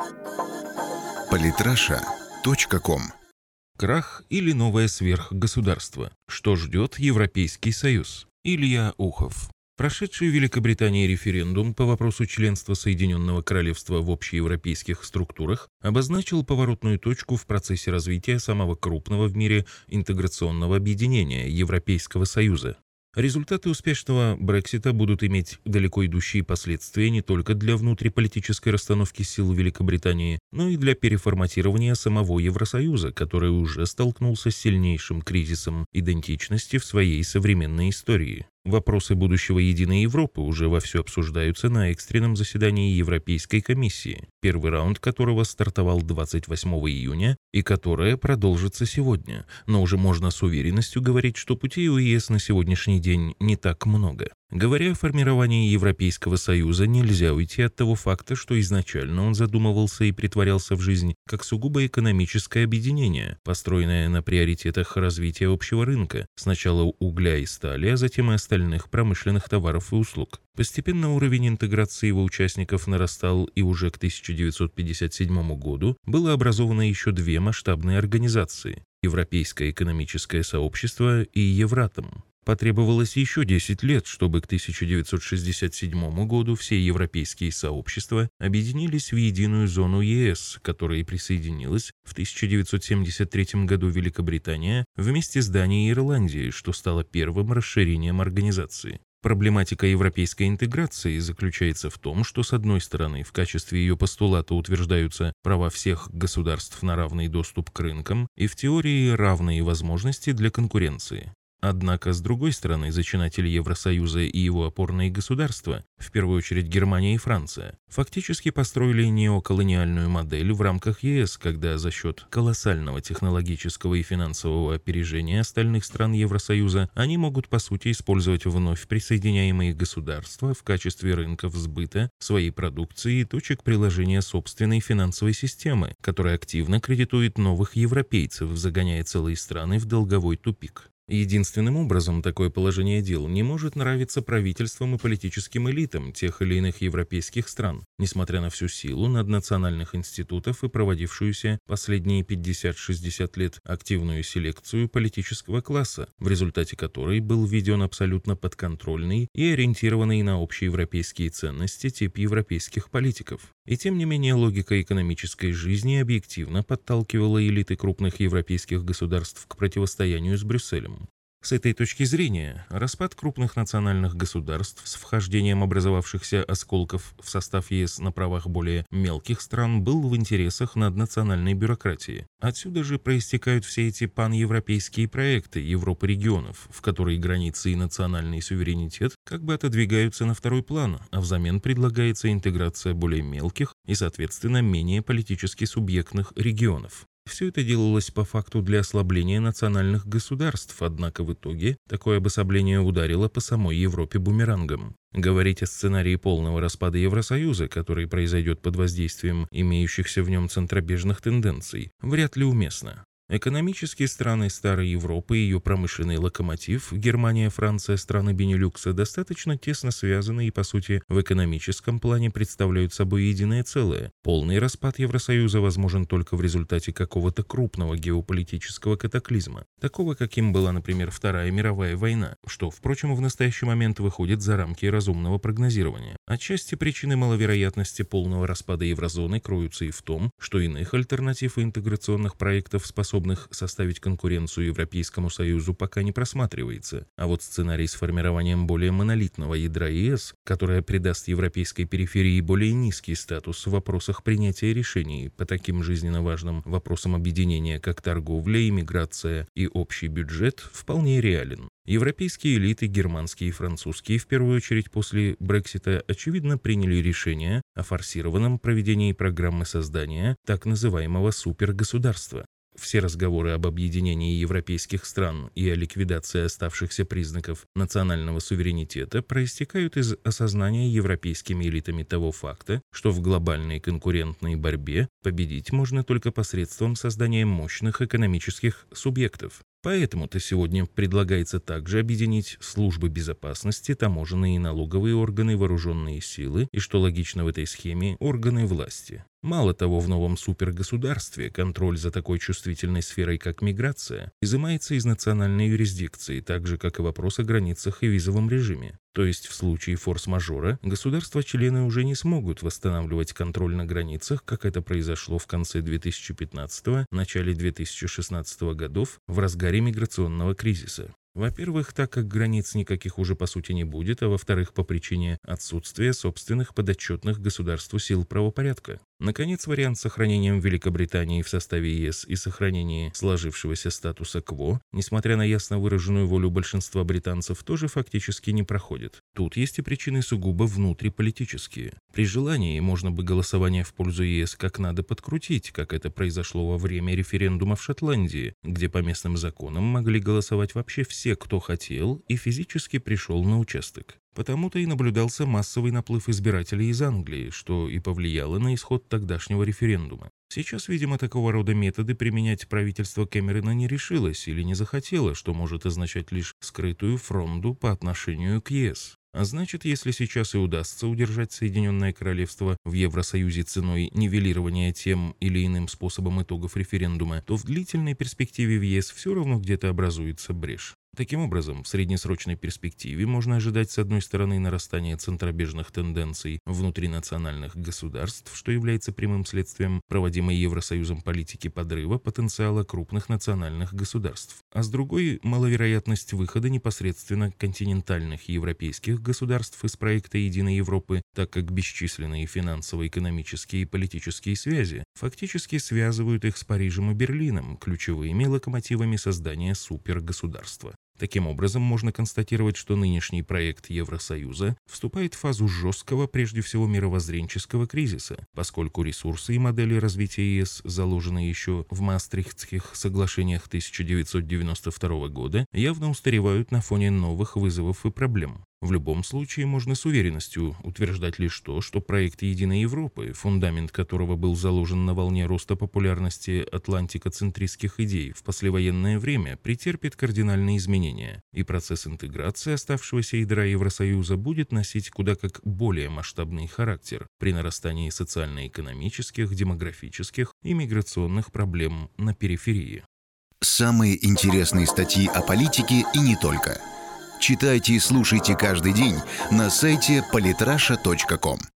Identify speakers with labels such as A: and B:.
A: Политраша.ком.
B: Крах или новое сверхгосударство? Что ждет Европейский Союз? Илья Ухов. Прошедший в Великобритании референдум по вопросу членства Соединенного Королевства в общеевропейских структурах обозначил поворотную точку в процессе развития самого крупного в мире интеграционного объединения Европейского Союза. Результаты успешного Брексита будут иметь далеко идущие последствия не только для внутриполитической расстановки сил Великобритании, но и для переформатирования самого Евросоюза, который уже столкнулся с сильнейшим кризисом идентичности в своей современной истории. Вопросы будущего единой Европы уже вовсю обсуждаются на экстренном заседании Европейской комиссии, первый раунд которого стартовал 28 июня и которое продолжится сегодня, но уже можно с уверенностью говорить, что путей у ЕС на сегодняшний день не так много. Говоря о формировании Европейского Союза, нельзя уйти от того факта, что изначально он задумывался и притворялся в жизнь как сугубо экономическое объединение, построенное на приоритетах развития общего рынка, сначала угля и стали, а затем и остальных промышленных товаров и услуг. Постепенно уровень интеграции его участников нарастал, и уже к 1957 году было образовано еще две масштабные организации – Европейское экономическое сообщество и Евратом. Потребовалось еще 10 лет, чтобы к 1967 году все европейские сообщества объединились в единую зону ЕС, к которой присоединилась в 1973 году Великобритания вместе с Данией и Ирландией, что стало первым расширением организации. Проблематика европейской интеграции заключается в том, что, с одной стороны, в качестве ее постулата утверждаются права всех государств на равный доступ к рынкам и в теории равные возможности для конкуренции. Однако, с другой стороны, зачинатели Евросоюза и его опорные государства, в первую очередь Германия и Франция, фактически построили неоколониальную модель в рамках ЕС, когда за счет колоссального технологического и финансового опережения остальных стран Евросоюза они могут, по сути, использовать вновь присоединяемые государства в качестве рынков сбыта своей продукции и точек приложения собственной финансовой системы, которая активно кредитует новых европейцев, загоняя целые страны в долговой тупик. Единственным образом такое положение дел не может нравиться правительствам и политическим элитам тех или иных европейских стран, несмотря на всю силу наднациональных институтов и проводившуюся последние 50-60 лет активную селекцию политического класса, в результате которой был введен абсолютно подконтрольный и ориентированный на общеевропейские ценности тип европейских политиков. И тем не менее логика экономической жизни объективно подталкивала элиты крупных европейских государств к противостоянию с Брюсселем. С этой точки зрения, распад крупных национальных государств с вхождением образовавшихся осколков в состав ЕС на правах более мелких стран был в интересах наднациональной бюрократии. Отсюда же проистекают все эти паневропейские проекты Европы регионов, в которые границы и национальный суверенитет как бы отодвигаются на второй план, а взамен предлагается интеграция более мелких и, соответственно, менее политически субъектных регионов. Все это делалось по факту для ослабления национальных государств, однако в итоге такое обособление ударило по самой Европе бумерангом. Говорить о сценарии полного распада Евросоюза, который произойдет под воздействием имеющихся в нем центробежных тенденций, вряд ли уместно. Экономические страны Старой Европы и ее промышленный локомотив, Германия, Франция, страны Бенилюкса, достаточно тесно связаны и, по сути, в экономическом плане представляют собой единое целое. Полный распад Евросоюза возможен только в результате какого-то крупного геополитического катаклизма, такого, каким была, например, Вторая мировая война, что, впрочем, в настоящий момент выходит за рамки разумного прогнозирования. Отчасти причины маловероятности полного распада еврозоны кроются и в том, что иных альтернатив и интеграционных проектов, способных составить конкуренцию Европейскому Союзу, пока не просматривается. А вот сценарий с формированием более монолитного ядра ЕС, которое придаст европейской периферии более низкий статус в вопросах принятия решений по таким жизненно важным вопросам объединения, как торговля, иммиграция и общий бюджет, вполне реален. Европейские элиты, германские и французские, в первую очередь после Брексита, очевидно приняли решение о форсированном проведении программы создания так называемого супергосударства. Все разговоры об объединении европейских стран и о ликвидации оставшихся признаков национального суверенитета проистекают из осознания европейскими элитами того факта, что в глобальной конкурентной борьбе победить можно только посредством создания мощных экономических субъектов. Поэтому-то сегодня предлагается также объединить службы безопасности, таможенные и налоговые органы, вооруженные силы и, что логично в этой схеме, органы власти. Мало того, в новом супергосударстве контроль за такой чувствительной сферой, как миграция, изымается из национальной юрисдикции, так же, как и вопрос о границах и визовом режиме. То есть в случае форс-мажора государства-члены уже не смогут восстанавливать контроль на границах, как это произошло в конце 2015 начале 2016 годов в разгаре миграционного кризиса. Во-первых, так как границ никаких уже по сути не будет, а во-вторых, по причине отсутствия собственных подотчетных государству сил правопорядка. Наконец, вариант с сохранением Великобритании в составе ЕС и сохранением сложившегося статуса КВО, несмотря на ясно выраженную волю большинства британцев, тоже фактически не проходит. Тут есть и причины сугубо внутриполитические. При желании можно бы голосование в пользу ЕС как надо подкрутить, как это произошло во время референдума в Шотландии, где по местным законам могли голосовать вообще все, кто хотел и физически пришел на участок. Потому-то и наблюдался массовый наплыв избирателей из Англии, что и повлияло на исход тогдашнего референдума. Сейчас, видимо, такого рода методы применять правительство Кэмерона не решилось или не захотело, что может означать лишь скрытую фронту по отношению к ЕС. А значит, если сейчас и удастся удержать Соединенное Королевство в Евросоюзе ценой нивелирования тем или иным способом итогов референдума, то в длительной перспективе в ЕС все равно где-то образуется брешь. Таким образом, в среднесрочной перспективе можно ожидать с одной стороны нарастания центробежных тенденций внутри национальных государств, что является прямым следствием проводимой Евросоюзом политики подрыва потенциала крупных национальных государств, а с другой – маловероятность выхода непосредственно континентальных европейских государств из проекта «Единой Европы», так как бесчисленные финансово-экономические и политические связи фактически связывают их с Парижем и Берлином, ключевыми локомотивами создания супергосударства. Таким образом, можно констатировать, что нынешний проект Евросоюза вступает в фазу жесткого, прежде всего мировоззренческого кризиса, поскольку ресурсы и модели развития ЕС, заложенные еще в Маастрихтских соглашениях 1992 года, явно устаревают на фоне новых вызовов и проблем. В любом случае, можно с уверенностью утверждать лишь то, что проект «Единой Европы», фундамент которого был заложен на волне роста популярности атлантикоцентристских идей в послевоенное время, претерпит кардинальные изменения, и процесс интеграции оставшегося ядра Евросоюза будет носить куда как более масштабный характер при нарастании социально-экономических, демографических и миграционных проблем на периферии.
A: Самые интересные статьи о политике и не только. Читайте и слушайте каждый день на сайте polytrasha.com.